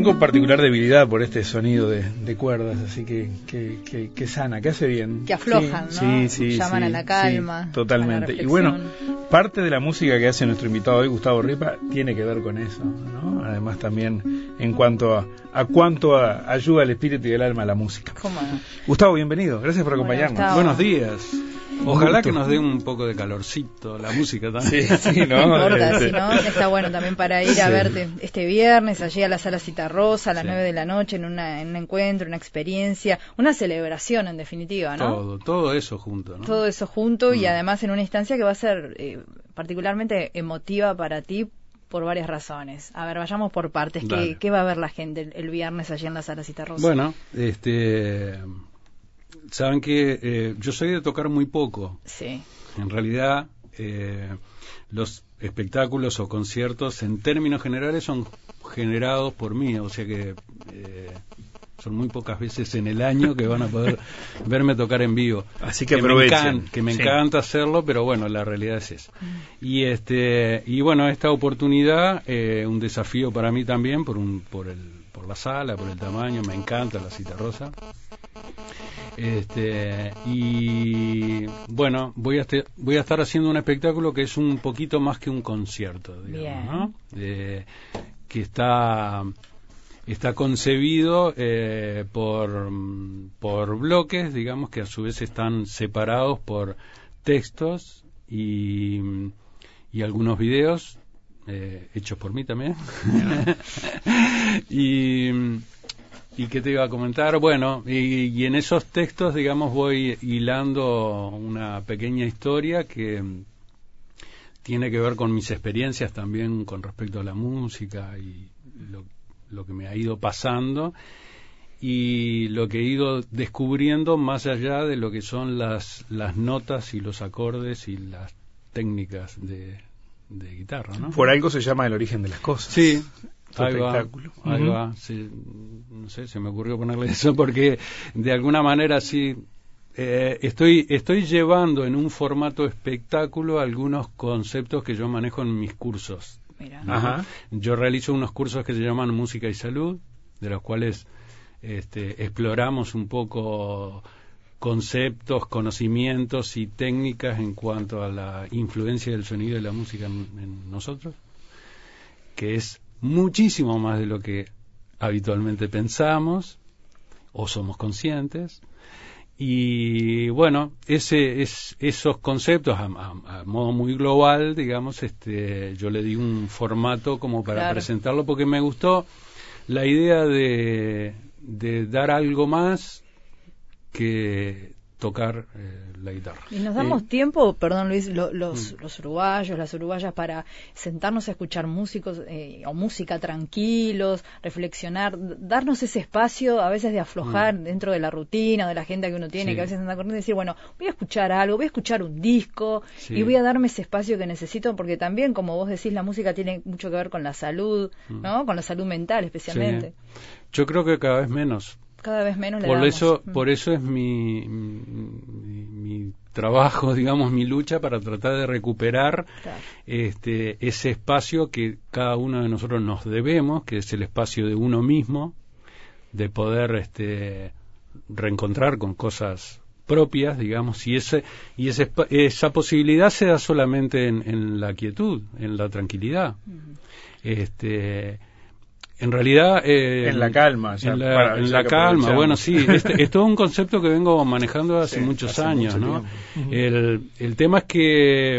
tengo particular debilidad por este sonido de cuerdas, así que sana, que hace bien. Que aflojan, ¿no? Llaman a la calma. Sí, totalmente. Y bueno, parte de la música que hace nuestro invitado hoy, Gustavo Ripa, tiene que ver con eso, ¿no? Además también en cuanto a cuánto ayuda al espíritu y el alma a la música. ¿Cómo no? Gustavo, bienvenido. Gracias por acompañarnos. Gustavo. Buenos días. Ojalá que nos dé un poco de calorcito la música también. Sí, ¿no? No importa, si no, está bueno también para ir a verte este viernes, allí a la Sala Citarrosa, a las 9 de la noche, en un encuentro, una experiencia, una celebración en definitiva, ¿no? Todo eso junto, ¿no? Todo eso junto y además en una instancia que va a ser particularmente emotiva para ti por varias razones. A ver, vayamos por partes. ¿Qué va a ver la gente el viernes allí en la Sala Citarrosa? Bueno, saben que yo soy de tocar muy poco. Sí. En realidad, los espectáculos o conciertos, en términos generales, son generados por mí, o sea que son muy pocas veces en el año que van a poder verme tocar en vivo. Así que aprovechen. Me encanta hacerlo, pero bueno, la realidad es esa. Y bueno, esta oportunidad, un desafío para mí también por la sala, por el tamaño, me encanta la Citarrosa. Y bueno, voy a estar haciendo un espectáculo que es un poquito más que un concierto, digamos, ¿no? Que está concebido por bloques, digamos, que a su vez están separados por textos y algunos videos hechos por mí también. ¿Y qué te iba a comentar? Bueno, y en esos textos, digamos, voy hilando una pequeña historia que tiene que ver con mis experiencias también con respecto a la música y lo que me ha ido pasando y lo que he ido descubriendo más allá de lo que son las notas y los acordes y las técnicas de guitarra, ¿no? Por algo se llama El origen de las cosas. Sí. Ahí va. Sí, no sé, se me ocurrió ponerle eso porque de alguna manera sí estoy llevando en un formato espectáculo algunos conceptos que yo manejo en mis cursos. Mira. ¿No? Ajá. Yo realizo unos cursos que se llaman Música y Salud, de los cuales exploramos un poco conceptos, conocimientos y técnicas en cuanto a la influencia del sonido y la música en nosotros, que es muchísimo más de lo que habitualmente pensamos o somos conscientes. Y bueno, esos conceptos a modo muy global, digamos, yo le di un formato como para presentarlo porque me gustó la idea de dar algo más que tocar la guitarra. Y nos damos tiempo, perdón Luis, los uruguayos, las uruguayas, para sentarnos a escuchar músicos o música tranquilos, reflexionar, darnos ese espacio a veces de aflojar dentro de la rutina, de la agenda que uno tiene, que a veces anda corriendo y decir, bueno, voy a escuchar algo, voy a escuchar un disco y voy a darme ese espacio que necesito, porque también, como vos decís, la música tiene mucho que ver con la salud, ¿no? Con la salud mental especialmente. Sí. Yo creo que cada vez menos. Cada vez menos le por damos. Por eso es mi trabajo, digamos, mi lucha para tratar de recuperar ese espacio que cada uno de nosotros nos debemos, que es el espacio de uno mismo, de poder reencontrar con cosas propias, digamos, y esa posibilidad se da solamente en la quietud, en la tranquilidad. En realidad en la calma, en la calma, bueno, sí, es todo un concepto que vengo manejando hace muchos años, ¿no? El tema es que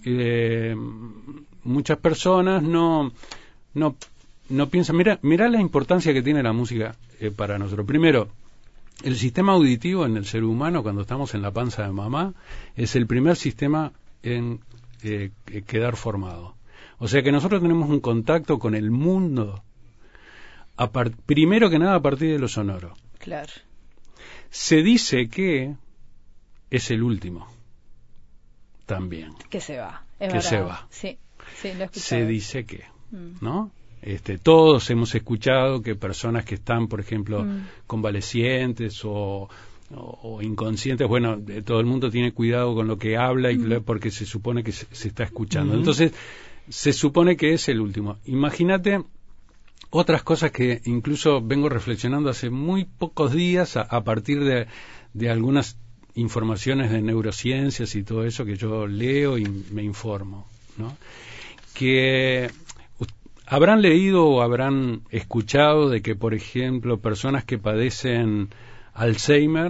muchas personas no piensan, mira la importancia que tiene la música para nosotros. Primero, el sistema auditivo en el ser humano, cuando estamos en la panza de mamá, es el primer sistema en quedar formado. O sea que nosotros tenemos un contacto con el mundo primero que nada a partir de lo sonoro. Claro. Se dice que es el último también. Que se va. Se va. Sí, lo he escuchado. Se dice que, ¿no? Todos hemos escuchado que personas que están, por ejemplo, convalecientes o inconscientes, bueno, todo el mundo tiene cuidado con lo que habla porque se supone que se está escuchando. Entonces, se supone que es el último. Imagínate otras cosas que incluso vengo reflexionando hace muy pocos días a partir de algunas informaciones de neurociencias y todo eso que yo leo y me informo, ¿no? Que habrán leído o habrán escuchado de que, por ejemplo, personas que padecen Alzheimer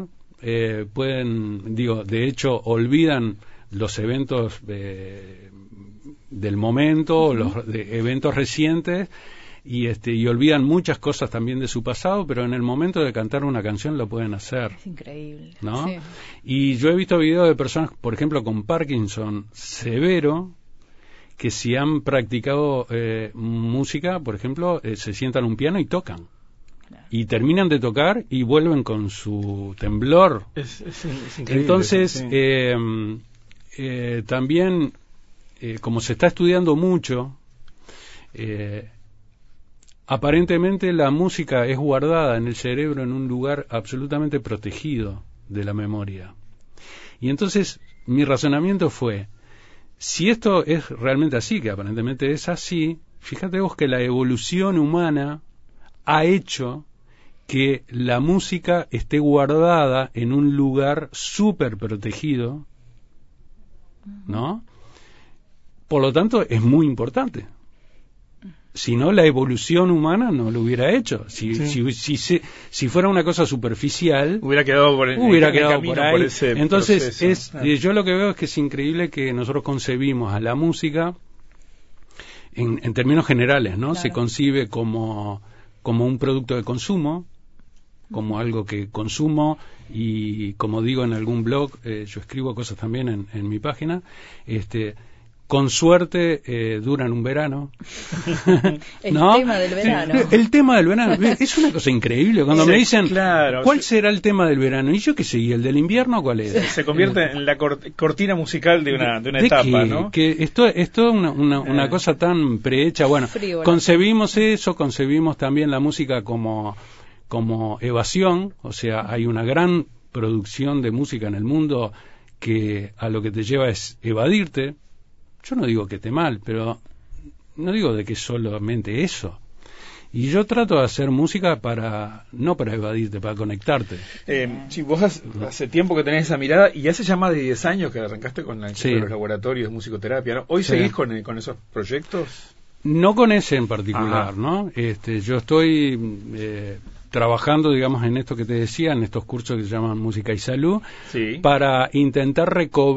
de hecho, olvidan los eventos del momento, los eventos recientes, y olvidan muchas cosas también de su pasado, pero en el momento de cantar una canción lo pueden hacer. Es increíble, ¿no? Sí. Y yo he visto videos de personas, por ejemplo, con Parkinson severo, que si han practicado música, por ejemplo, se sientan a un piano y tocan. Claro. Y terminan de tocar y vuelven con su temblor. Es increíble. Entonces, sí. También, como se está estudiando mucho, aparentemente la música es guardada en el cerebro en un lugar absolutamente protegido de la memoria. Y entonces mi razonamiento fue, si esto es realmente así, que aparentemente es así, fíjate vos que la evolución humana ha hecho que la música esté guardada en un lugar súper protegido, ¿no? Por lo tanto, es muy importante. Si no, la evolución humana no lo hubiera hecho. Si fuera una cosa superficial, hubiera quedado por ahí. Por ese entonces, proceso. Yo lo que veo es que es increíble que nosotros concebimos a la música en términos generales, ¿no? Claro. Se concibe como un producto de consumo, como algo que consumo, y como digo en algún blog, yo escribo cosas también en mi página, con suerte duran un verano. ¿No? Tema del verano. El tema del verano es una cosa increíble. Cuando me dicen, claro, ¿cuál será el tema del verano? Y yo qué sé, ¿y el del invierno cuál es? Se convierte en la cortina musical de una etapa, ¿no? Que esto es toda una cosa tan prehecha. Bueno, frío, concebimos eso, concebimos también la música como evasión. O sea, hay una gran producción de música en el mundo que a lo que te lleva es evadirte. Yo no digo que esté mal, pero no digo de que es solamente eso. Y yo trato de hacer música no para evadirte, para conectarte. Sí, vos hace tiempo que tenés esa mirada, y hace ya más de 10 años que arrancaste con los laboratorios de musicoterapia, ¿no? ¿Hoy seguís con esos proyectos? No con ese en particular, ajá, ¿no? Yo estoy trabajando, digamos, en esto que te decía, en estos cursos que se llaman Música y Salud, sí, para intentar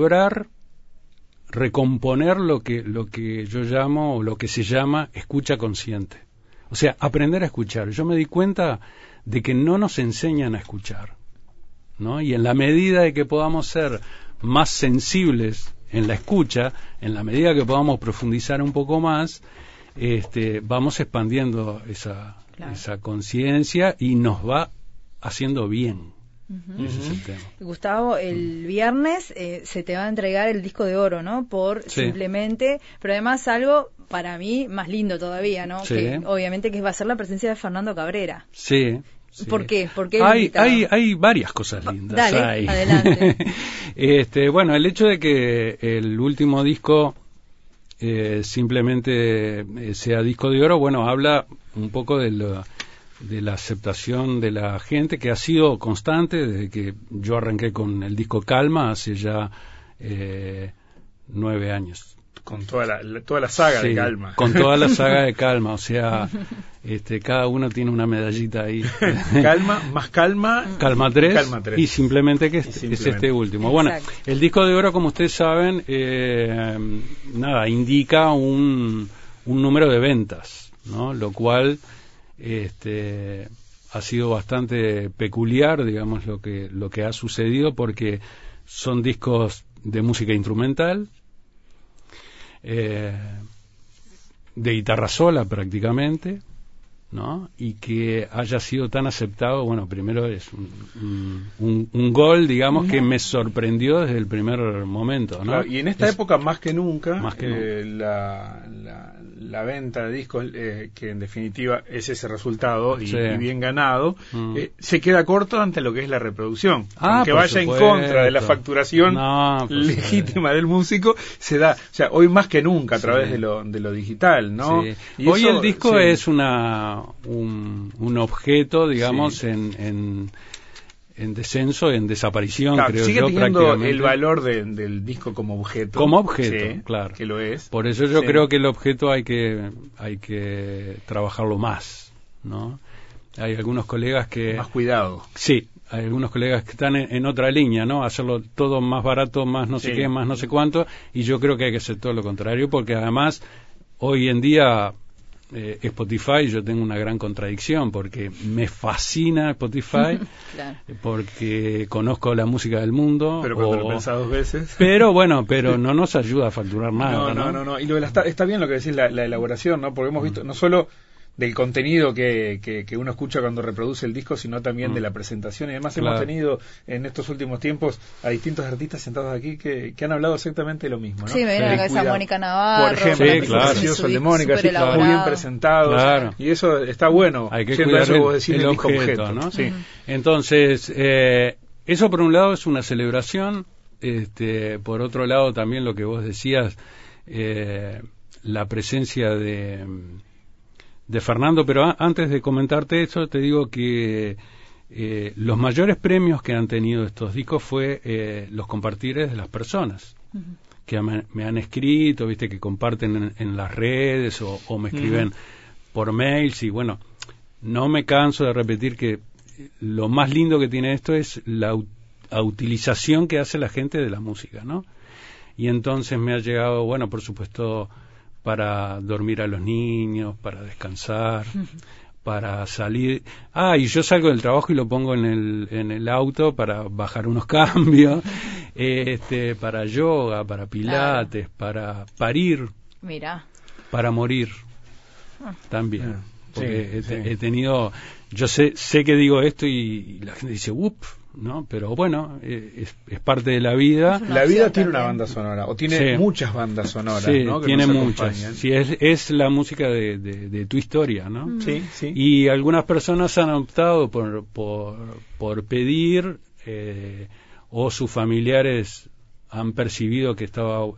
recomponer lo que yo llamo, o lo que se llama escucha consciente. O sea, aprender a escuchar. Yo me di cuenta de que no nos enseñan a escuchar, ¿no? Y en la medida de que podamos ser más sensibles en la escucha, en la medida que podamos profundizar un poco más, vamos expandiendo esa conciencia y nos va haciendo bien. Ese es el tema. Gustavo, el viernes se te va a entregar el disco de oro, ¿no? Simplemente, pero además algo para mí más lindo todavía, ¿no? Sí. Que obviamente que va a ser la presencia de Fernando Cabrera. Sí. Sí. ¿Por qué? ¿Por qué hay varias cosas lindas. Dale, adelante. Bueno, el hecho de que el último disco simplemente sea disco de oro, bueno, habla un poco de la aceptación de la gente, que ha sido constante desde que yo arranqué con el disco Calma hace ya 9 años. Con toda la saga de Calma. Con toda la saga de Calma, o sea, cada uno tiene una medallita ahí. Calma, más Calma. Calma 3, y simplemente que es este último. Bueno, el disco de oro, como ustedes saben, indica un número de ventas, ¿no? Lo cual ha sido bastante peculiar, digamos, lo que ha sucedido, porque son discos de música instrumental, de guitarra sola prácticamente, ¿no? Y que haya sido tan aceptado, bueno, primero es un gol, digamos, que me sorprendió desde el primer momento, ¿no? Claro, y en esta época más que nunca, la venta de discos, que en definitiva es ese resultado y bien ganado, se queda corto ante lo que es la reproducción. Aunque vaya en contra de la facturación legítima del músico, se da, o sea, hoy más que nunca a través de lo digital, ¿no? Sí. Y hoy el disco es un objeto, digamos, en descenso, en desaparición, creo sigue yo, teniendo prácticamente. el valor del disco como objeto. Como objeto, claro. Que lo es. Por eso yo creo que el objeto hay que trabajarlo más, ¿no? Hay algunos colegas que... Más cuidado. Sí, hay algunos colegas que están en otra línea, ¿no? Hacerlo todo más barato, más no sé qué, más no sé cuánto, y yo creo que hay que hacer todo lo contrario, porque además, hoy en día... Spotify, yo tengo una gran contradicción porque me fascina Spotify, claro. Porque conozco la música del mundo, pero cuando lo pensás 2 veces, pero no nos ayuda a facturar nada. No. Y está bien lo que decís, la elaboración, ¿no? Porque hemos visto no solo del contenido que uno escucha cuando reproduce el disco, sino también de la presentación. Y además hemos tenido en estos últimos tiempos a distintos artistas sentados aquí que han hablado exactamente lo mismo, ¿no? Sí, me viene a la cabeza Mónica Navarro. Por ejemplo, precioso el de Mónica, muy bien presentado. Claro. Y eso está bueno. Hay que cuidar el objeto, ¿no? Sí. Entonces, eso por un lado es una celebración. Por otro lado, también lo que vos decías, la presencia de Fernando, pero antes de comentarte eso, te digo que los mayores premios que han tenido estos discos fue los compartires de las personas que me han escrito, viste, que comparten en las redes o me escriben por mails, y bueno, no me canso de repetir que lo más lindo que tiene esto es la utilización que hace la gente de la música, ¿no? Y entonces me ha llegado, bueno, por supuesto, para dormir a los niños, para descansar, para salir. Y yo salgo del trabajo y lo pongo en el auto para bajar unos cambios, para yoga, para pilates, para parir, para morir también. Porque he tenido, yo sé que digo esto y la gente dice, ¿no? Pero bueno, es parte de la vida. La vida tiene una banda sonora, o tiene muchas bandas sonoras, ¿no? Que tiene muchas. Sí, es la música de tu historia, ¿no? Sí. Y algunas personas han optado por pedir, o sus familiares han percibido que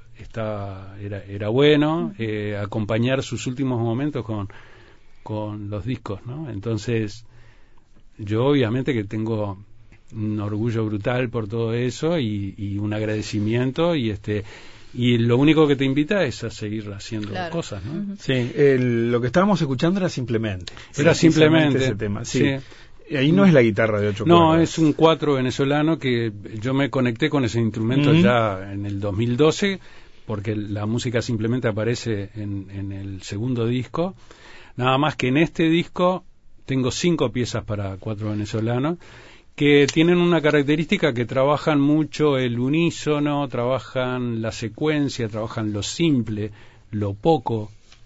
era bueno, acompañar sus últimos momentos con los discos, ¿no? Entonces, yo obviamente que tengo un orgullo brutal por todo eso y un agradecimiento, y lo único que te invita es a seguir haciendo cosas, ¿no? Sí, lo que estábamos escuchando era simplemente ese tema. Sí. Ahí no es la guitarra de 8 cuerdas. No, es un 4 venezolano que yo me conecté con ese instrumento ya en el 2012, porque la música simplemente aparece en el segundo disco. Nada más que en este disco tengo 5 piezas para 4 venezolanos, que tienen una característica, que trabajan mucho el unísono, trabajan la secuencia, trabajan lo simple, lo poco,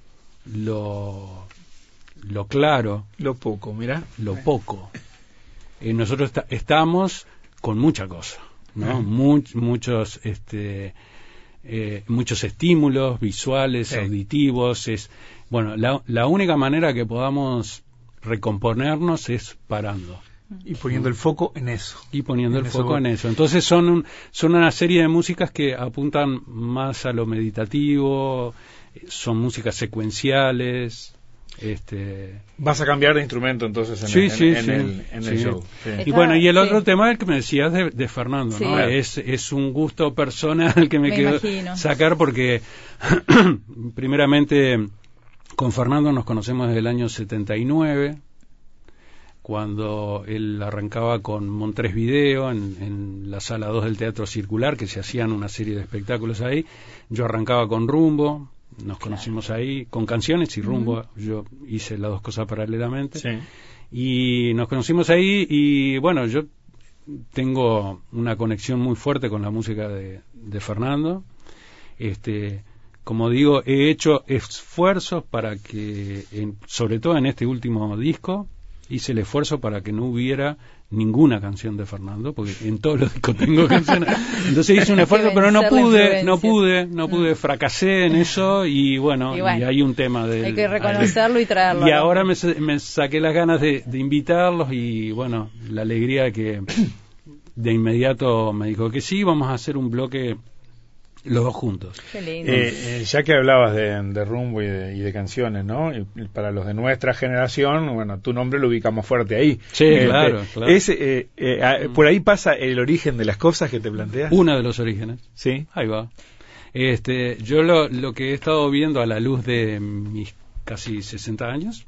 lo claro. Lo poco, mira. Lo poco. Nosotros estamos con mucha cosa, ¿no? Muchos estímulos visuales, auditivos. Bueno, la única manera que podamos recomponernos es parando. Y poniendo el foco en eso. Entonces son una serie de músicas que apuntan más a lo meditativo, son músicas secuenciales. Vas a cambiar de instrumento entonces en el show. Sí. Y bueno, y el otro tema, el que me decías de Fernando, ¿no? Es un gusto personal que me quiero sacar, porque primeramente con Fernando nos conocemos desde el año 79, cuando él arrancaba con Montrés Video en la sala 2 del Teatro Circular, que se hacían una serie de espectáculos ahí. Yo arrancaba con Rumbo, nos conocimos ahí con canciones y Rumbo, yo hice las dos cosas paralelamente, y nos conocimos ahí, y bueno, yo tengo una conexión muy fuerte con la música de Fernando. Como digo, he hecho esfuerzos para que, sobre todo en este último disco, hice el esfuerzo para que no hubiera ninguna canción de Fernando, porque en todos los discos tengo canciones. Entonces hice un esfuerzo, pero no pude, fracasé en eso y bueno, y hay un tema de... Hay que reconocerlo y traerlo. Y ahora me saqué las ganas de invitarlos y bueno, la alegría que de inmediato me dijo que sí, vamos a hacer un bloque los dos juntos. Qué lindo. Ya que hablabas de rumbo y de canciones, ¿no? Y para los de nuestra generación, bueno, tu nombre lo ubicamos fuerte ahí. Sí, claro. ¿Por ahí pasa el origen de las cosas que te planteas? Uno de los orígenes. Sí. Ahí va. Yo lo que he estado viendo a la luz de mis casi 60 años,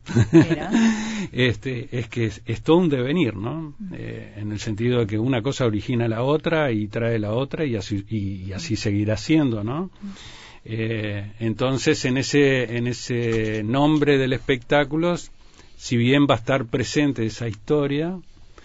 es que es todo un devenir, ¿no? En el sentido de que una cosa origina la otra y trae la otra y así seguirá siendo, ¿no? Entonces, en ese nombre del espectáculo, si bien va a estar presente esa historia,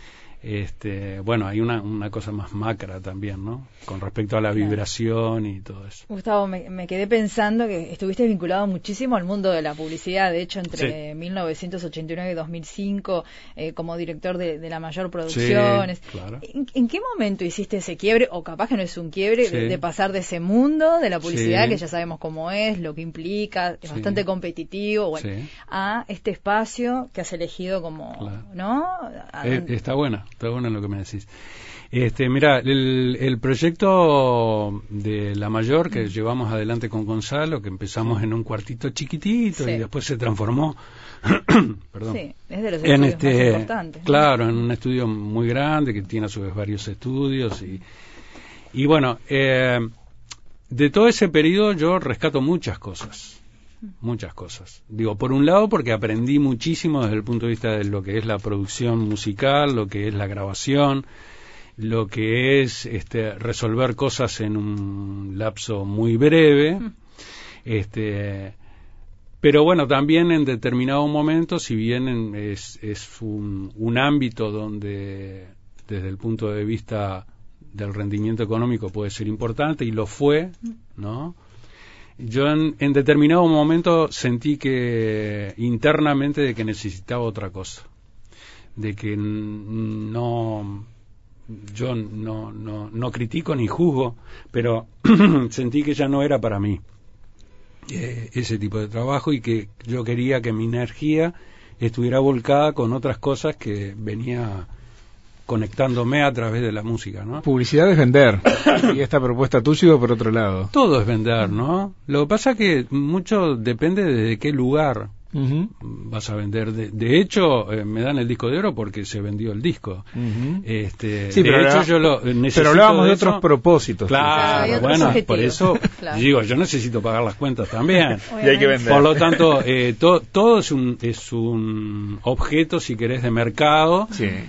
bueno, hay una cosa más macra también, ¿no? Con respecto a la vibración y todo eso. Gustavo, me quedé pensando que estuviste vinculado muchísimo al mundo de la publicidad. De hecho, entre 1989 y 2005, como director de La Mayor Producciones. Sí, claro. ¿En qué momento hiciste ese quiebre? O capaz que no es un quiebre, de pasar de ese mundo de la publicidad, que ya sabemos cómo es, lo que implica, es bastante competitivo, bueno, a este espacio que has elegido como, ¿no? Está bueno lo que me decís. Mira, el proyecto de La Mayor que llevamos adelante con Gonzalo, que empezamos en un cuartito chiquitito y después se transformó perdón, es de los estudios más importantes. Claro, en un estudio muy grande que tiene a su vez varios estudios y bueno, de todo ese periodo yo rescato muchas cosas. Digo, por un lado porque aprendí muchísimo desde el punto de vista de lo que es la producción musical, lo que es la grabación, lo que es resolver cosas en un lapso muy breve, pero bueno, también en determinado momento, si bien es un ámbito donde desde el punto de vista del rendimiento económico puede ser importante, y lo fue, ¿no? Yo en determinado momento sentí que internamente de que necesitaba otra cosa, de que yo no critico ni juzgo, pero sentí que ya no era para mí ese tipo de trabajo y que yo quería que mi energía estuviera volcada con otras cosas que venía conectándome a través de la música, ¿no? Publicidad es vender, y esta propuesta tuya iba por otro lado. Todo es vender, ¿no? Lo que pasa que mucho depende de qué lugar vas a vender. De hecho, me dan el disco de oro porque se vendió el disco. Pero hablábamos de otros propósitos. Claro, bueno, objetivos. Por eso digo, yo necesito pagar las cuentas también. Y hay que vender. Por lo tanto, todo es un objeto, si querés, de mercado,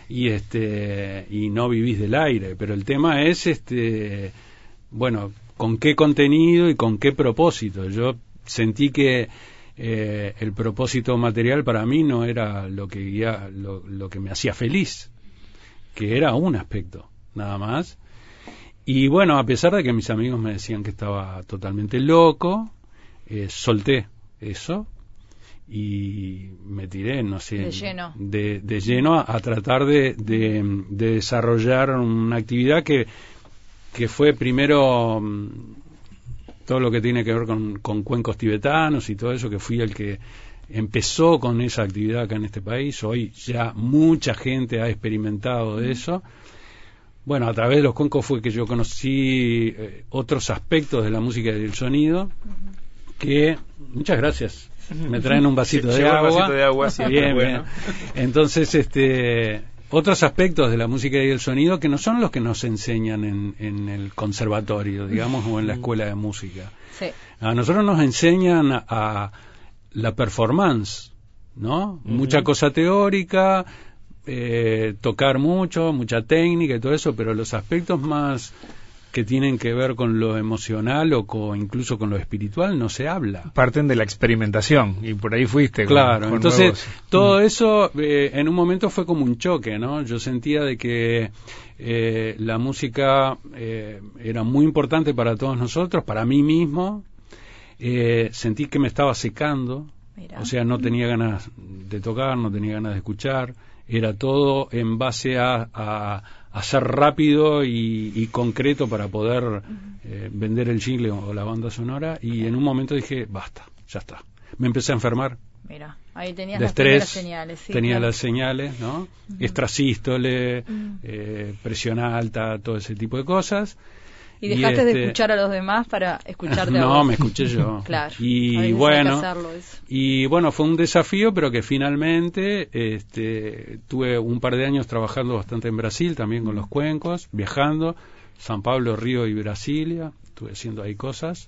y no vivís del aire. Pero el tema es, bueno, con qué contenido y con qué propósito. Yo sentí que el propósito material para mí no era lo que me hacía feliz, que era un aspecto nada más. Y bueno, a pesar de que mis amigos me decían que estaba totalmente loco, solté eso y me tiré, no sé, de lleno a tratar de desarrollar una actividad que fue primero todo lo que tiene que ver con cuencos tibetanos y todo eso, que fui el que empezó con esa actividad acá en este país. Hoy ya mucha gente ha experimentado de eso. Bueno, a través de los cuencos fue que yo conocí otros aspectos de la música y del sonido, que, muchas gracias, me traen un vasito de agua. Un vasito de agua, sí, bien, bueno. Entonces, otros aspectos de la música y del sonido que no son los que nos enseñan en el conservatorio, digamos, o en la escuela de música. Sí. A nosotros nos enseñan a la performance, ¿no? Mucha cosa teórica, tocar mucho, mucha técnica y todo eso, pero los aspectos más que tienen que ver con lo emocional o incluso con lo espiritual no se habla. Parten de la experimentación y por ahí fuiste. Claro, con entonces nuevos... todo eso en un momento fue como un choque, ¿no? Yo sentía de que la música era muy importante para todos nosotros, para mí mismo. Sentí que me estaba secando. Mira. O sea, no tenía ganas de tocar, no tenía ganas de escuchar. era todo en base a ser rápido y concreto para poder vender el jingle o la banda sonora, y en un momento dije, basta, ya está. Me empecé a enfermar. Mira, ahí tenías de las estrés, primeras señales. Sí, tenía claro. las señales, ¿no? Extrasístole, presión alta, todo ese tipo de cosas. Y dejaste de escuchar a los demás para escucharte a vos. No, me escuché yo. Claro. Y bueno, fue un desafío, pero que finalmente tuve un par de años trabajando bastante en Brasil, también con los cuencos, viajando, San Pablo, Río y Brasilia, estuve haciendo ahí cosas.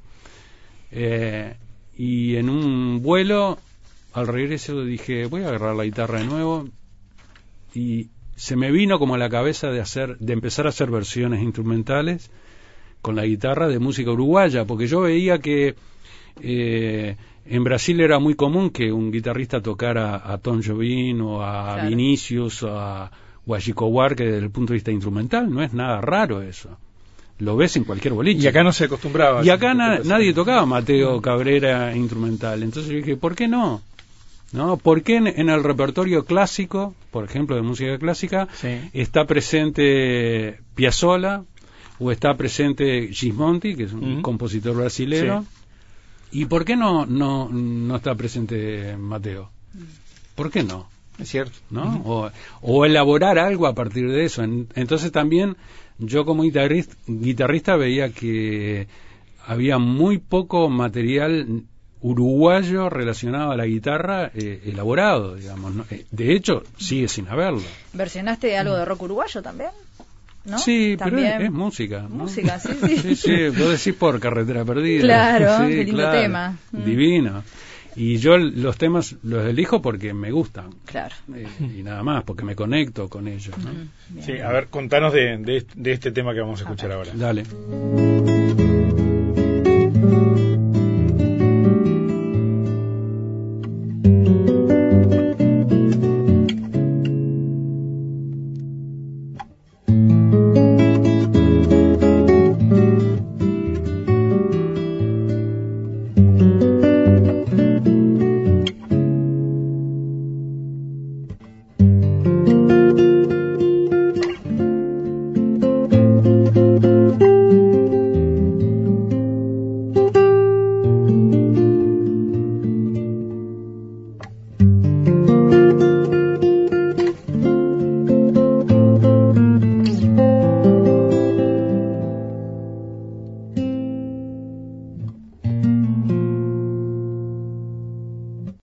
Y en un vuelo, al regreso, dije, voy a agarrar la guitarra de nuevo, y se me vino como a la cabeza de empezar a hacer versiones instrumentales con la guitarra de música uruguaya, porque yo veía que en Brasil era muy común que un guitarrista tocara a Tom Jobim o a Vinicius o a Chico Buarque desde el punto de vista instrumental. No es nada raro eso. Lo ves en cualquier boliche. Y acá no se acostumbraba. Y acá nadie tocaba Mateo Cabrera instrumental. Entonces yo dije, ¿por qué no? ¿No? ¿Por qué en el repertorio clásico, por ejemplo, de música clásica, está presente Piazzolla, o está presente Gismonti, que es un compositor brasilero, y por qué no está presente Mateo? ¿Por qué no? Es cierto. ¿No? O elaborar algo a partir de eso. Entonces también yo como guitarrista veía que había muy poco material uruguayo relacionado a la guitarra elaborado, digamos, ¿no? De hecho, sigue sin haberlo. ¿Versionaste algo de rock uruguayo también? ¿No? Sí, ¿también? Pero es música, ¿no? Música, sí. Sí, vos decís por Carretera Perdida. Claro, sí, qué lindo tema. Divino. Y yo los temas los elijo porque me gustan. Claro. Y nada más, porque me conecto con ellos, ¿no? Sí, a ver, contanos de este tema que vamos a escuchar ahora. Dale.